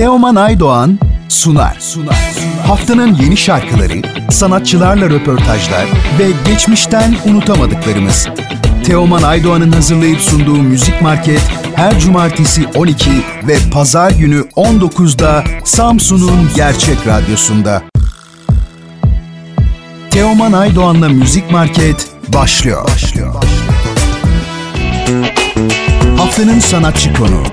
Teoman Aydoğan sunar. Haftanın yeni şarkıları, sanatçılarla röportajlar ve geçmişten unutamadıklarımız. Teoman Aydoğan'ın hazırlayıp sunduğu Müzik Market her cumartesi 12 ve pazar günü 19'da Samsun'un Gerçek Radyosu'nda. Teoman Aydoğan'la Müzik Market başlıyor. Haftanın sanatçı konuğu.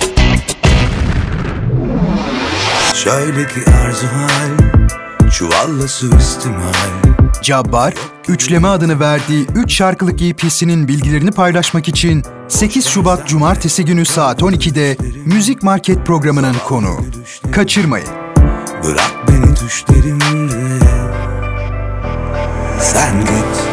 Şöyle ki arzu hal, çuvalla suistimal. Cabbar, Üçleme adını verdiği 3 şarkılık EP'sinin bilgilerini paylaşmak için 8 Şubat Cumartesi günü saat 12'de Müzik Market programının konuğu. Kaçırmayın. Bırak beni düşlerimde, sen git.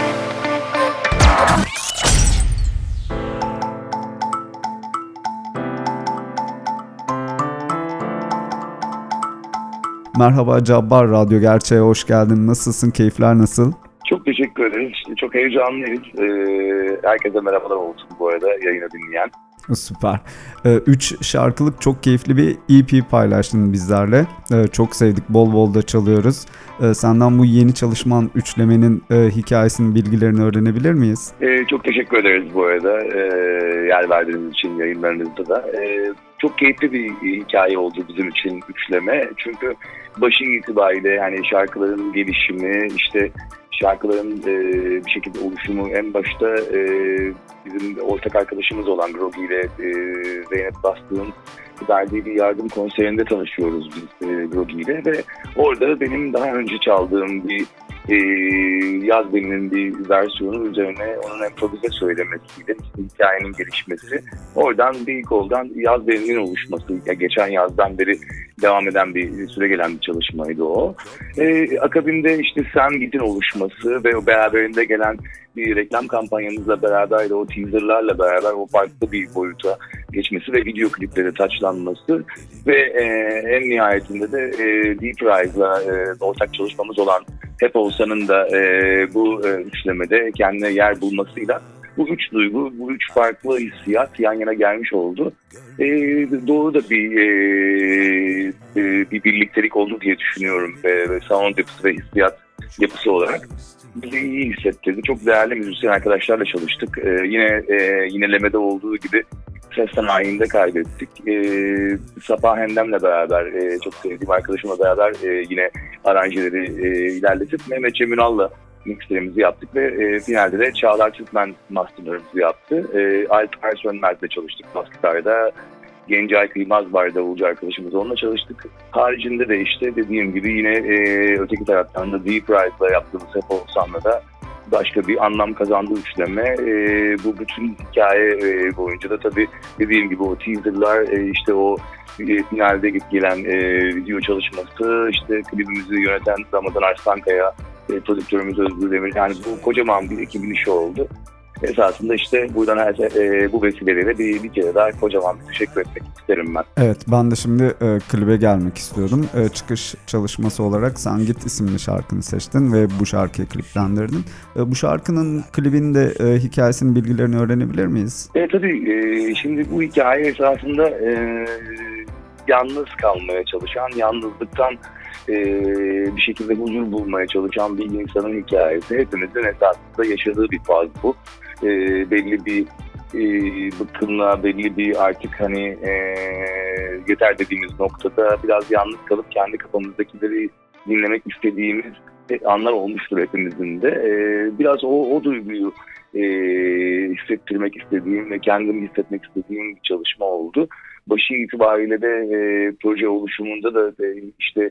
Merhaba Cabbar, Radyo Gerçeğe hoş geldin. Nasılsın? Keyifler nasıl? Çok teşekkür ederiz. Çok heyecanlıyız. Herkese merhabalar olsun bu arada yayını dinleyen. Süper. 3 şarkılık çok keyifli bir EP paylaştın bizlerle. Çok sevdik, bol bol da çalıyoruz. Senden bu yeni çalışman Üçleme'nin hikayesinin bilgilerini öğrenebilir miyiz? Çok teşekkür ederiz bu arada. Yer verdiğiniz için yayınlarınızda da. Çok keyifli bir hikaye oldu bizim için Üçleme. Çünkü başı itibariyle yani şarkıların gelişimi, işte şarkıların bir şekilde oluşumu en başta bizim ortak arkadaşımız olan Grogi ile Zeynep Bastık'ın verdiği bir yardım konserinde tanışıyoruz biz Grogi ile ve orada benim daha önce çaldığım bir Yaz Beni'nin bir versiyonu üzerine onun improvize söylemesiyle hikayenin gelişmesi, oradan bir koldan Yaz Beni'nin oluşması, geçen yazdan beri devam eden bir süre gelen bir çalışmaydı o. Akabinde işte Sen Git'in oluşması ve o beraberinde gelen bir reklam kampanyamızla beraber de o teaserlarla beraber o farklı bir boyuta geçmesi ve video klipleri taçlanması ve en nihayetinde de Deep Rise'la ortak çalışmamız olan Hep Olsan'ın da bu üçlemede kendine yer bulmasıyla bu üç duygu, bu üç farklı hissiyat yan yana gelmiş oldu. Doğru da bir birliktelik oldu diye düşünüyorum. Sound yapısı ve hissiyat yapısı olarak bizi iyi hissettirdi. Çok değerli müzisyen arkadaşlarla çalıştık. Yinelemede olduğu gibi ses sanayinde kaybettik. Sapah Hendem'le beraber, çok sevdiğim arkadaşımla beraber yine aranjeleri ilerletip Mehmet Cem Ünal'la mixlerimizi yaptık ve finalde de Çağlar Türkmen masterlarımızı yaptı. Alper Sönmez'le çalıştık bas gitarda. Gencay Kıymaz var davulcu arkadaşımız, onunla çalıştık. Haricinde de işte dediğim gibi yine öteki taraftan da Deep Rise'la yaptığımız Hep Olsan'la da başka bir anlam kazandı üçleme. Bu bütün hikaye boyunca da tabii dediğim gibi o teaserlar, işte o finalde gelen video çalışması, işte klibimizi yöneten Ramazan Arslankaya, prodüktörümüz Özgür Demir. Yani bu kocaman bir ekibin işi oldu. Esasında işte buradan bu vesileyle bir kere daha kocaman bir teşekkür etmek isterim ben. Evet, ben de şimdi klibe gelmek istiyorum. Çıkış çalışması olarak Sen Git isimli şarkını seçtin ve bu şarkıyı kliplendirdin. Bu şarkının klibinde hikayesinin bilgilerini öğrenebilir miyiz? Tabii. Şimdi bu hikaye esasında yalnız kalmaya çalışan, yalnızlıktan bir şekilde huzur bulmaya çalışan bir insanın hikayesi. Hepimizin esasında yaşadığı bir faz bu. Belli bir bıkkınlığa, belli bir artık hani yeter dediğimiz noktada biraz yalnız kalıp kendi kafamızdakileri dinlemek istediğimiz anlar olmuştur hepimizin de. Biraz o duyguyu hissettirmek istediğim ve kendimi hissetmek istediğim bir çalışma oldu. Başı itibariyle de proje oluşumunda da işte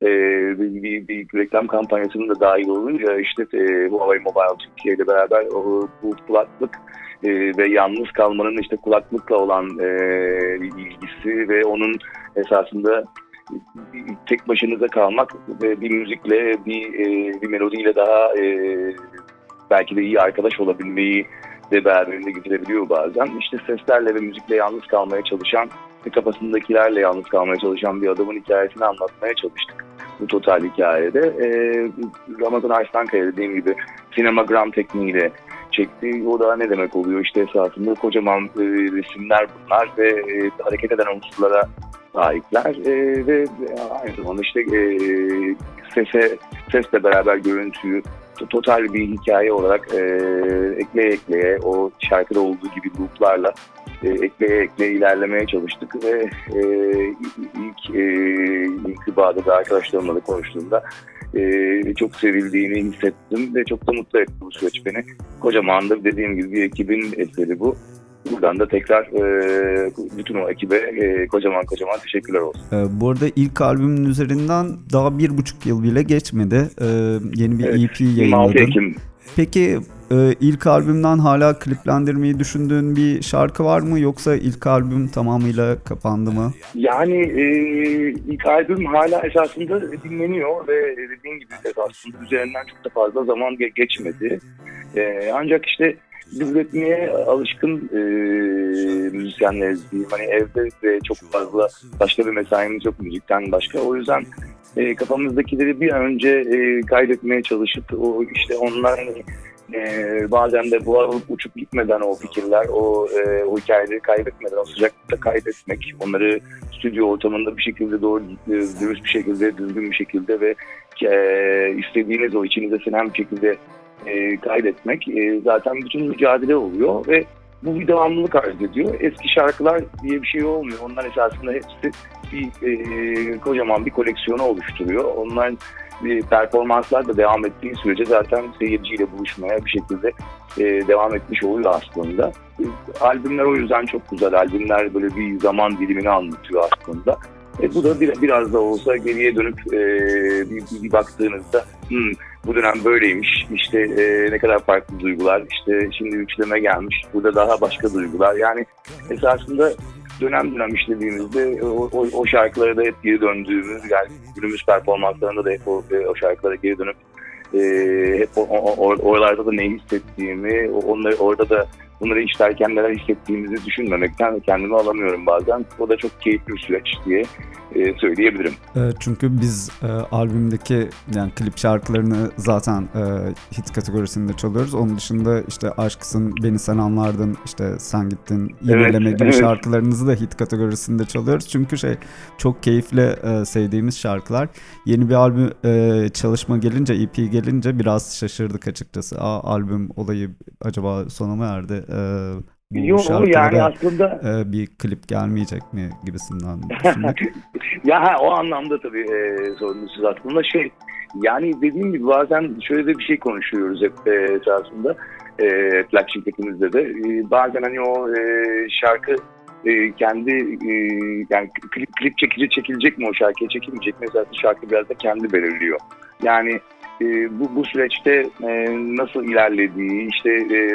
bir reklam kampanyasının da dahil olunca işte Huawei Mobile Türkiye ile beraber bu kulaklık ve yalnız kalmanın işte kulaklıkla olan ilgisi ve onun esasında tek başınıza kalmak ve bir müzikle bir melodiyle daha belki de iyi arkadaş olabilmeyi de beraberinde getirebiliyor bazen. İşte seslerle ve müzikle yalnız kalmaya çalışan ve kafasındakilerle yalnız kalmaya çalışan bir adamın hikayesini anlatmaya çalıştık bu total hikayede. Ramazan Arslankaya dediğim gibi sinemagram tekniğiyle çekti. O da ne demek oluyor? İşte esasında kocaman resimler bunlar ve hareket eden unsurlara sahipler ve aynı zamanda işte sesle beraber görüntüyü total bir hikaye olarak ekleye o şarkıda olduğu gibi looplarla ekleye ilerlemeye çalıştık ve ilk inkıbada da arkadaşlarımla da konuştuğumda çok sevildiğini hissettim ve çok da mutlu etti bu süreç beni. Kocaman da dediğim gibi bir ekibin eseri bu. Buradan da tekrar bütün o ekibe kocaman teşekkürler olsun. Bu arada ilk albümün üzerinden daha 1,5 yıl bile geçmedi. Yeni bir EP yayınladın. 26 Ekim. Peki ilk albümden hala kliplendirmeyi düşündüğün bir şarkı var mı? Yoksa ilk albüm tamamıyla kapandı mı? Yani ilk albüm hala esasında dinleniyor ve dediğim gibi esasında üzerinden çok da fazla zaman geçmedi. Ancak işte biz üretmeye alışkın müzisyenleriz diyeyim. Hani evde de çok fazla başka bir mesaimiz yok müzikten başka. O yüzden kafamızdakileri bir an önce kaydetmeye çalışıp o işte onlar bazen de bu uçup gitmeden o fikirler, o hikayeleri kaybetmeden o sıcaklıkta kaydetmek, onları stüdyo ortamında bir şekilde doğru dürüst bir şekilde, düzgün bir şekilde ve istediğiniz o içinize sinen bir şekilde kaydetmek zaten bütün mücadele oluyor ve bu bir devamlılık arz ediyor. Eski şarkılar diye bir şey olmuyor. Onlar esasında hepsi bir kocaman bir koleksiyonu oluşturuyor. Onlar performanslar da devam ettiği sürece zaten seyirciyle buluşmaya bir şekilde devam etmiş oluyor aslında. Albümler o yüzden çok güzel. Albümler böyle bir zaman dilimini anlatıyor aslında. Bu da biraz da olsa geriye dönüp bir baktığınızda bu dönem böyleymiş, işte ne kadar farklı duygular, işte şimdi üçleme gelmiş, burada daha başka duygular. Yani esasında dönem işlediğimizde o şarkılara da hep geri döndüğümüz, yani günümüz performanslarında da hep o şarkılara geri dönüp hep oralarda da ne hissettiğimi, orada da bunları işlerken neler hissettiğimizi düşünmemekten kendimi alamıyorum bazen. O da çok keyifli bir süreç diye söyleyebilirim. Çünkü biz albümdeki yani klip şarkılarını zaten hit kategorisinde çalıyoruz. Onun dışında işte Aşksın, Beni Sen Anlardın, işte Sen Gittin, Yenileme gibi şarkılarınızı da hit kategorisinde çalıyoruz. Çünkü çok keyifli sevdiğimiz şarkılar. Yeni bir albüm çalışma gelince, EP gelince biraz şaşırdık açıkçası. Albüm olayı acaba sona mı erdi? Bu şarkılara yani aslında bir klip gelmeyecek mi gibisinden düşündük. Ya o anlamda tabii sorumlusuz aslında yani dediğim gibi bazen şöyle de bir şey konuşuyoruz hep esasında plak şirketimizde de bazen hani o şarkı kendi yani klip çekilecek mi, o şarkıya çekilmeyecek mi, zaten şarkı biraz da kendi belirliyor. Yani bu süreçte nasıl ilerlediği, işte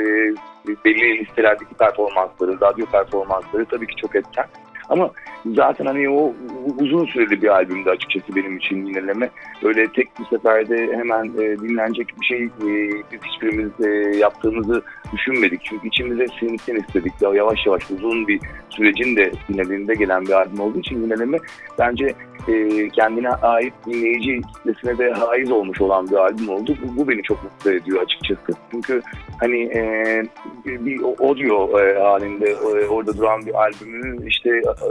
belli listelerdeki performansları, radyo performansları tabii ki çok etken. Ama zaten hani o uzun süreli bir albümde açıkçası benim için Yineleme. Öyle tek bir seferde hemen dinlenecek bir şey biz hiçbirimiz yaptığımızı düşünmedik. Çünkü içimize sinsin istedik. Yavaş yavaş uzun bir sürecin de finalinde gelen bir albüm olduğu için Yineleme bence kendine ait dinleyici kitlesine de haiz olmuş olan bir albüm oldu. Bu beni çok mutlu ediyor açıkçası. Çünkü hani bir audio halinde orada duran bir albümü işte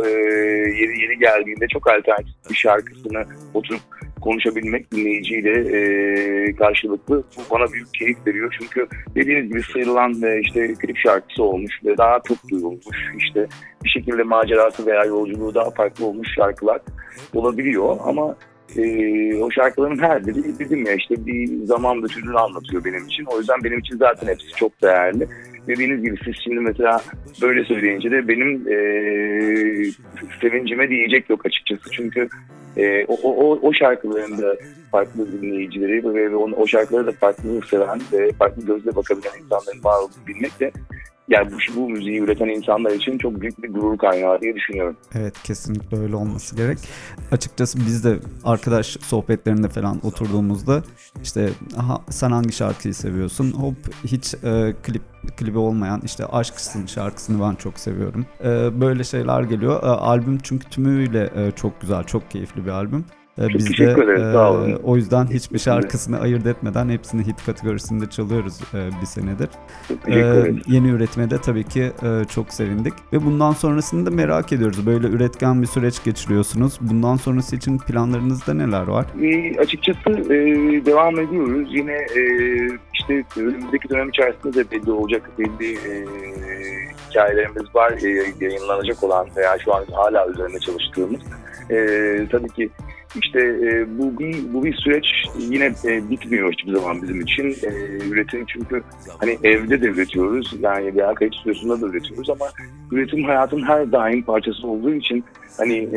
yeri geldiğinde çok alternatif bir şarkısını oturup konuşabilmek dinleyiciyle karşılıklı bana büyük keyif veriyor. Çünkü dediğiniz gibi sıyrılan işte klip şarkısı olmuş ve daha çok duyulmuş, işte bir şekilde macerası veya yolculuğu daha farklı olmuş şarkılar olabiliyor ama o şarkıların her biri dedim ya işte bir zaman bütünlüğünü anlatıyor benim için. O yüzden benim için zaten hepsi çok değerli. Dediğiniz gibi siz şimdi mesela böyle söyleyince de benim sevincime diyecek yok açıkçası. Çünkü o şarkıların da farklı dinleyicileri ve o şarkıları da farklı seven ve farklı gözle bakabilen insanların var olduğunu bilmek de yani bu müziği üreten insanlar için çok büyük bir gurur kaynağı diye düşünüyorum. Evet, kesinlikle öyle olması gerek. Açıkçası biz de arkadaş sohbetlerinde falan oturduğumuzda işte sen hangi şarkıyı seviyorsun? Hop hiç klibi olmayan işte Aşksın şarkısını ben çok seviyorum. Böyle şeyler geliyor. Albüm çünkü tümüyle çok güzel, çok keyifli bir albüm. Biz teşekkür ederiz, sağ olun. o yüzden hiçbir şarkısını ayırt etmeden hepsini hit kategorisinde çalıyoruz bir senedir. Çok teşekkür ederiz. Yeni üretime de tabii ki çok sevindik. Ve bundan sonrasını da merak ediyoruz. Böyle üretken bir süreç geçiriyorsunuz. Bundan sonrası için planlarınızda neler var? Açıkçası devam ediyoruz. Yine işte önümüzdeki dönem içerisinde de belli olacak belli hikayelerimiz var. Yayınlanacak olan veya şu an hala üzerinde çalıştığımız. Tabii ki işte bu bir süreç, yine bitmiyor hiçbir zaman bizim için. Üretim çünkü hani evde de üretiyoruz, yani veya kayıt stüdyosunda da üretiyoruz ama üretim hayatın her daim parçası olduğu için hani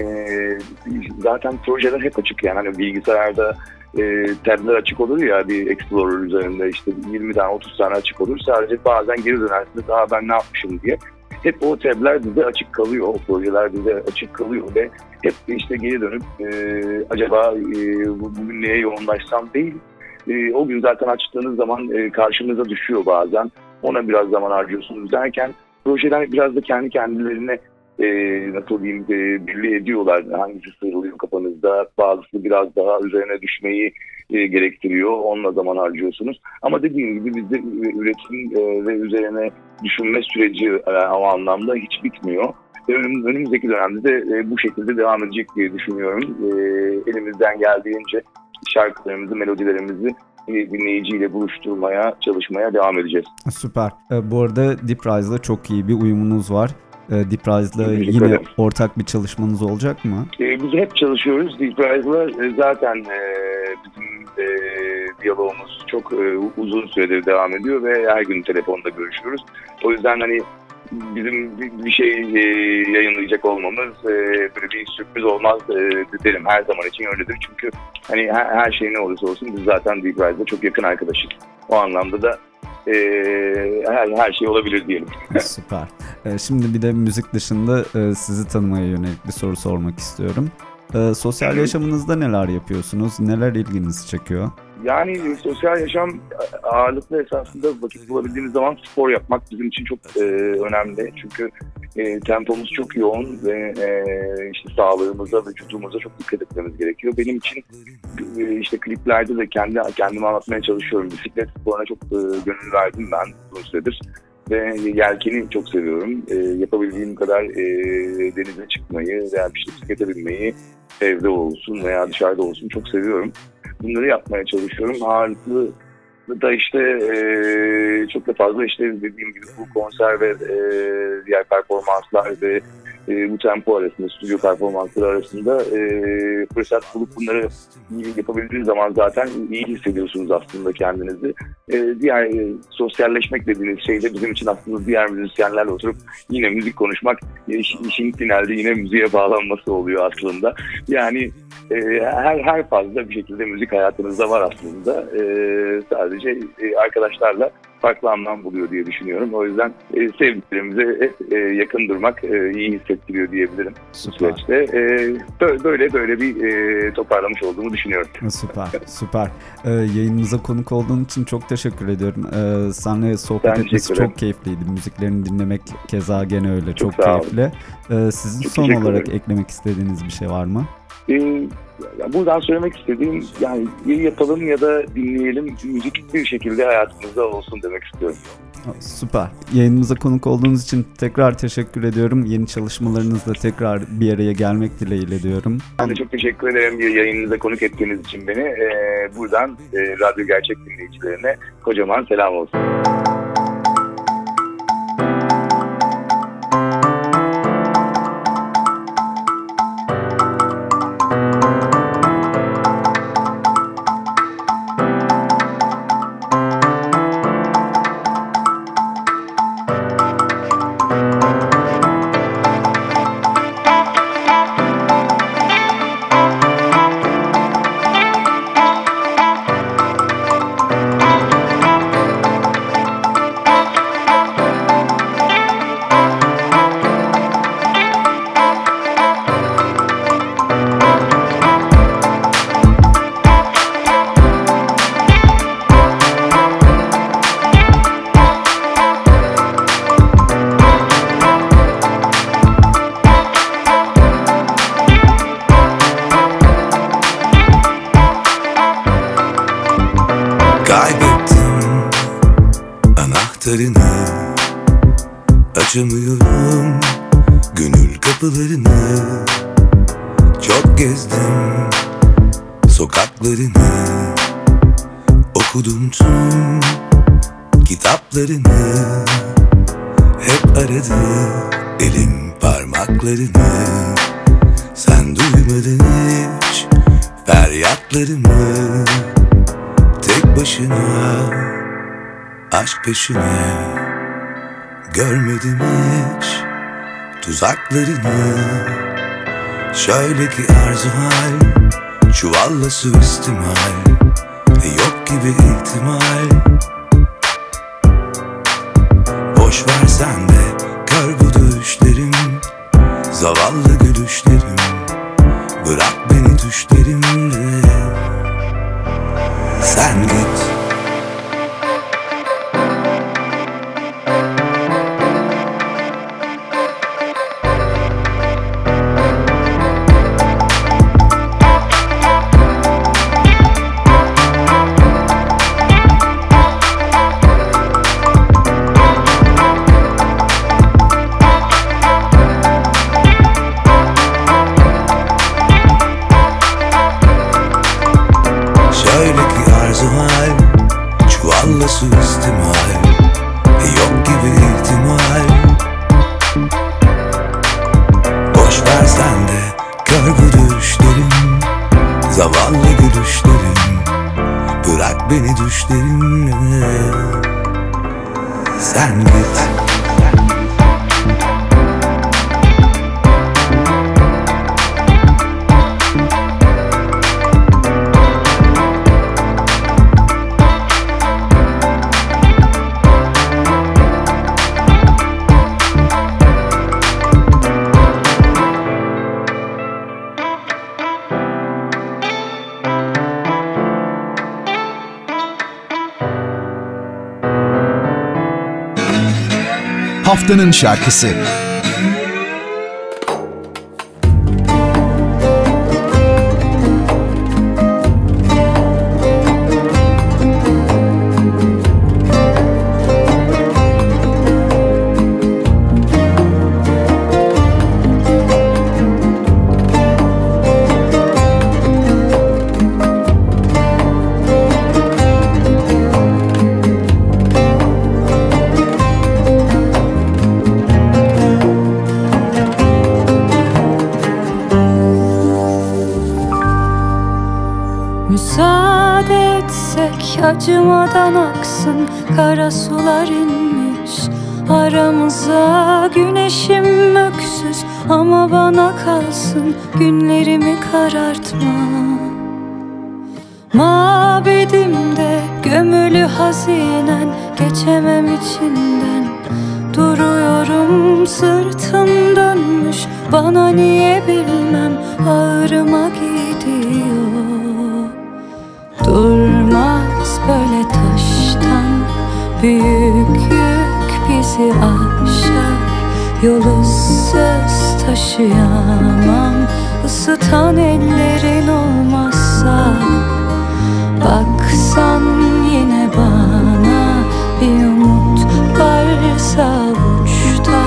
zaten projeler hep açık, yani hani bilgisayarda tabler açık olur ya, bir Explorer üzerinde işte 20 tane 30 tane açık olur, sadece bazen geri dönersiniz ben ne yapmışım diye. Hep o tabler bize açık kalıyor, o projeler bize açık kalıyor ve hep işte geri dönüp acaba bugün neye yoğunlaşsam değil. O gün zaten açtığınız zaman karşınıza düşüyor bazen. Ona biraz zaman harcıyorsunuz derken projeler biraz da kendi kendilerine nasıl diyeyim belli ediyorlar. Hangisi sıyrılıyor kafanızda, bazısı biraz daha üzerine düşmeyi gerektiriyor. Onunla zaman harcıyorsunuz. Ama dediğim gibi bizde üretim ve üzerine düşünme süreci o anlamda hiç bitmiyor. Önümüzdeki dönemde de bu şekilde devam edecek diye düşünüyorum. Elimizden geldiğince şarkılarımızı, melodilerimizi dinleyiciyle buluşturmaya, çalışmaya devam edeceğiz. Süper. Bu arada Deep Rise'la çok iyi bir uyumunuz var. Deep Rise'la Teşekkür yine ederim. ortak bir çalışmanız olacak mı? Biz hep çalışıyoruz. Deep Rise'la zaten bizim diyalogumuz çok uzun süredir devam ediyor ve her gün telefonda görüşüyoruz. O yüzden hani bizim bir şey yayınlayacak olmamız böyle bir sürpriz olmaz derim. Her zaman için öyledir. Çünkü hani her şey ne olursa olsun biz zaten Deep Rise'la çok yakın arkadaşız. O anlamda da her şey olabilir diyelim. Süper. Şimdi bir de müzik dışında sizi tanımaya yönelik bir soru sormak istiyorum. Sosyal yaşamınızda neler yapıyorsunuz? Neler ilginizi çekiyor? Yani sosyal yaşam ağırlıklı esasında vakit bulabildiğimiz zaman spor yapmak bizim için çok önemli. Çünkü tempomuz çok yoğun ve işte sağlığımıza, vücudumuza çok dikkat etmemiz gerekiyor. Benim için işte kliplerde de kendimi anlatmaya çalışıyorum. Bisiklet sporuna çok gönül verdim ben uzun süredir. Ve yelkeni çok seviyorum. Yapabildiğim kadar denize çıkmayı veya işte bisiklete binmeyi, evde olsun veya dışarıda olsun çok seviyorum. Bunları yapmaya çalışıyorum. Ağırlıklı da işte çok da fazla işte dediğim gibi bu konser ve diğer performanslar ve bu tempo arasında, stüdyo performansları arasında fırsat bulup bunları yapabildiğiniz zaman zaten iyi hissediyorsunuz aslında kendinizi. Diğer sosyalleşmek dediğiniz şey de bizim için aslında diğer müzisyenlerle oturup yine müzik konuşmak, işin finalde yine müziğe bağlanması oluyor aslında. Yani her fazla bir şekilde müzik hayatınızda var aslında. Sadece arkadaşlarla farklı anlam buluyor diye düşünüyorum. O yüzden sevdiklerimize hep yakın durmak iyi hissettiriyor diyebilirim bu süreçte. Böyle bir toparlamış olduğumu düşünüyorum. Süper. Yayınımıza konuk olduğun için çok teşekkür ediyorum. Seninle sohbet etmesi çok keyifliydi. Müziklerini dinlemek keza gene öyle. Çok keyifli. Sizin çok son olarak eklemek istediğiniz bir şey var mı? Buradan söylemek istediğim, yani iyi yapalım ya da dinleyelim, müzik bir şekilde hayatımızda olsun demek istiyorum. Süper. Yayınımıza konuk olduğunuz için tekrar teşekkür ediyorum. Yeni çalışmalarınızla tekrar bir araya gelmek dileğiyle diyorum. Ben de çok teşekkür ederim yayınınıza konuk ettiğiniz için beni. Buradan Radyo Gerçek dinleyicilerine kocaman selam olsun. anahtarını açamıyorum, gönül kapılarını. Çok gezdim sokaklarını, okudum tüm kitaplarını. Hep aradı elim parmaklarını. Sen duymadın hiç feryatlarımı. Tek başına aşk peşine, görmedim hiç tuzaklarını. Şöyle ki arzu hal, çuvalla suistimal, yok gibi ihtimal. Boş ver sen de, kör bu düşlerim, zavallı gülüşlerim. Bırak beni düşlerimle, sen git. Suistimal, yok gibi ihtimal. Boş ver sen de, kör bu düşlerim, zavallı gülüşlerim. Bırak beni düşlerinle, sen git. Haftanın şarkısı. Müsaade etsek acımadan aksın, kara sular inmiş aramıza. Güneşim öksüz ama bana kalsın, günlerimi karartma. Mabedimde gömülü hazinen, geçemem içinden. Duruyorum sırtım dönmüş, bana niye bilmem ağrıma gidiyor. Durmaz böyle taştan büyük yük bizi aşar. Yol ıssız taşıyamam, ısıtan ellerin olmazsa. Baksan yine bana, bir umut varsa avuçta.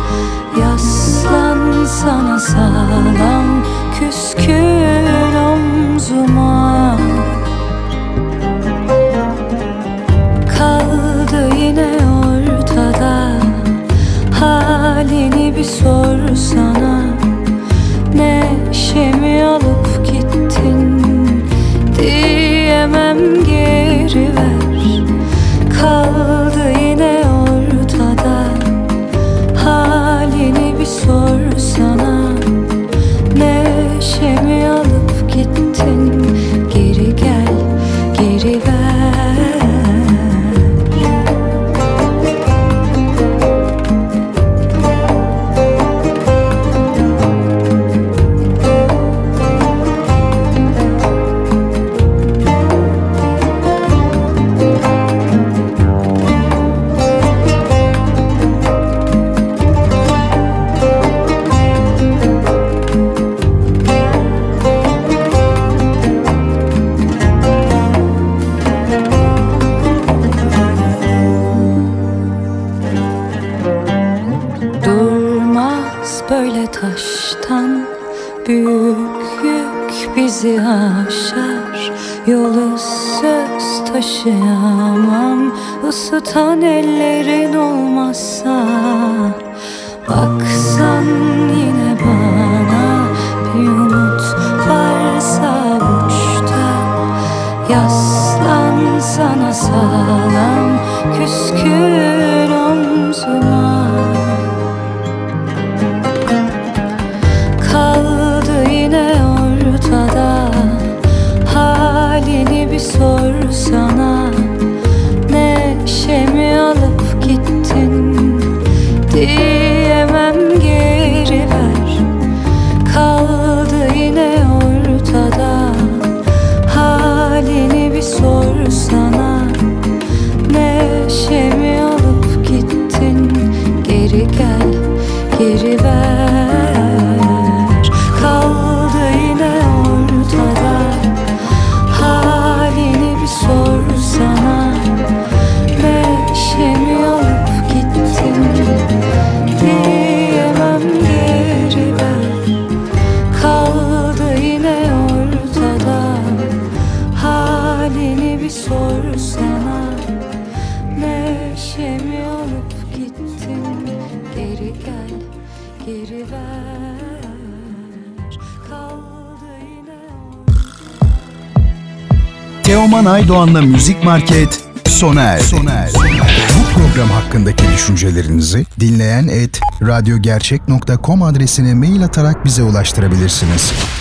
Yaslan sana sağlam, küskün omzuma. Kaldı yine ortada, halini bir sorsana. Neşemi alıp gittin, diyemem geri ver. Kaldı yine ortada, halini bir sorsana. Neşemi alıp gittin, geri gel, geri ver. bizi aşar. Yol ıssız taşıyamam, ısıtan ellerin olmazsa. Baksan yine bana, bir umut varsa uçta. Yaslan sana sağlam, küskün omzuma. Kaldı yine ortada, halini bir sorsana. Neşemi alıp gittin, diyemem geri ver. Kaldı yine ortada, halini bir sorsana. Neşemi alıp gittin, geri gel, geri ver. Kaldı yine ortada, halini bir sorsana. Neşemi alıp gittin, diyemem geri ver. Kaldı yine ortada, halini bir sorsana. Neşemi alıp gittin, geri gel, geri ver. Kaldı yine Teoman Aydoğan'la Müzik Market sona erdi. Bu program hakkındaki düşüncelerinizi dinleyen @radyogercek.com adresine mail atarak bize ulaştırabilirsiniz.